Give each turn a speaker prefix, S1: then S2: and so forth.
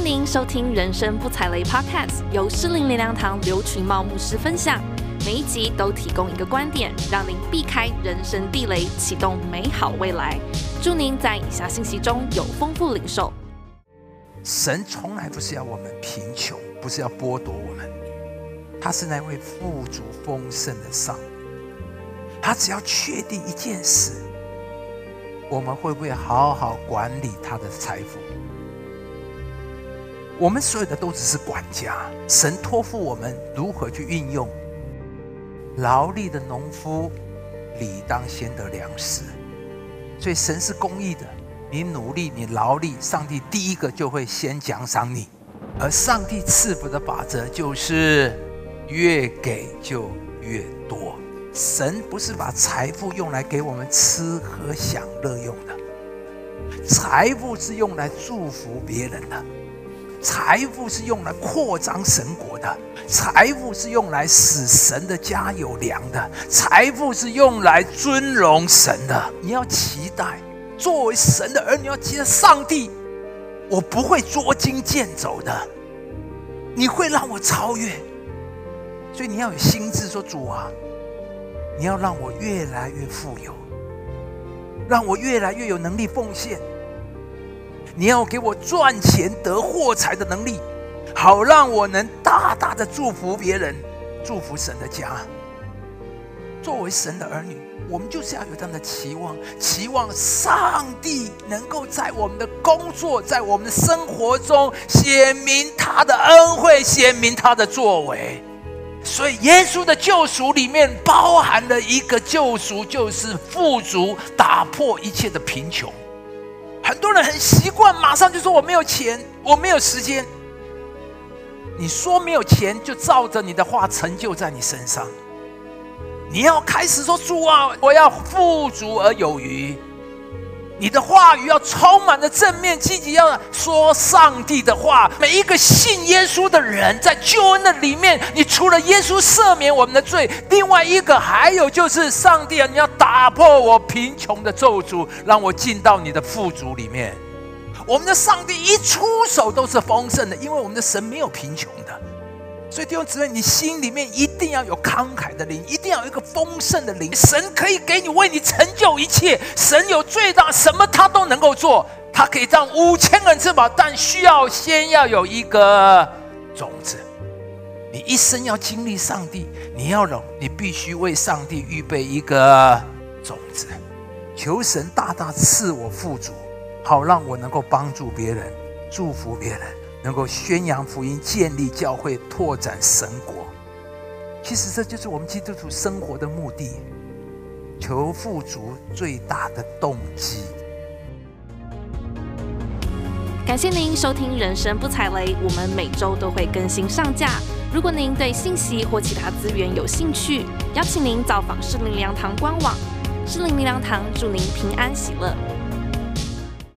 S1: 您收听人生不踩雷 Podcast， 由诗灵灵粮堂刘群茂牧师分享。每一集都提供一个观点，让您避开人生地雷，启动美好未来。祝您在以下信息中有丰富领受。
S2: 神从来不是要我们贫穷，不是要剥夺我们，他是那位富足丰盛的上帝。他只要确定一件事，我们会不会好好管理他的财富？我们所有的都只是管家，神托付我们如何去运用。劳力的农夫理当先得粮食，所以神是公义的。你努力，你劳力，上帝第一个就会先奖赏你。而上帝赐福的法则就是越给就越多。神不是把财富用来给我们吃喝享乐用的，财富是用来祝福别人的，财富是用来扩张神国的，财富是用来使神的家有粮的，财富是用来尊荣神的。你要期待作为神的儿女，要期待上帝，我不会捉襟见肘的，你会让我超越。所以你要有心志说，主啊，你要让我越来越富有，让我越来越有能力奉献。你要给我赚钱得货财的能力，好让我能大大的祝福别人，祝福神的家。作为神的儿女，我们就是要有这样的期望，期望上帝能够在我们的工作，在我们的生活中显明他的恩惠，显明他的作为。所以耶稣的救赎里面包含了一个救赎，就是富足，打破一切的贫穷。很多人很习惯马上就说我没有钱，我没有时间。你说没有钱，就照着你的话成就在你身上。你要开始说，主啊，我要富足而有余。你的话语要充满着正面积极，要说上帝的话。每一个信耶稣的人，在救恩的里面，你除了耶稣赦免我们的罪，另外一个还有就是上帝啊，你要打破我贫穷的咒诅，让我进到你的富足里面。我们的上帝一出手都是丰盛的，因为我们的神没有贫穷的。所以弟兄姊妹，你心里面一定要有慷慨的灵，一定要有一个丰盛的灵。神可以给你，为你成就一切。神有最大，什么他都能够做。他可以让5000个人吃饱，但需要先要有一个种子。你一生要经历上帝，你必须为上帝预备一个种子。求神大大赐我富足，好让我能够帮助别人，祝福别人，能够宣扬福音，建立教会，拓展神国。其实这就是我们基督徒生活的目的，求富足最大的动机。
S1: 感谢您收听人生不踩雷，我们每周都会更新上架。如果您对信息或其他资源有兴趣，邀请您造访诗灵灵粮堂官网。诗灵灵粮堂祝您平安喜乐。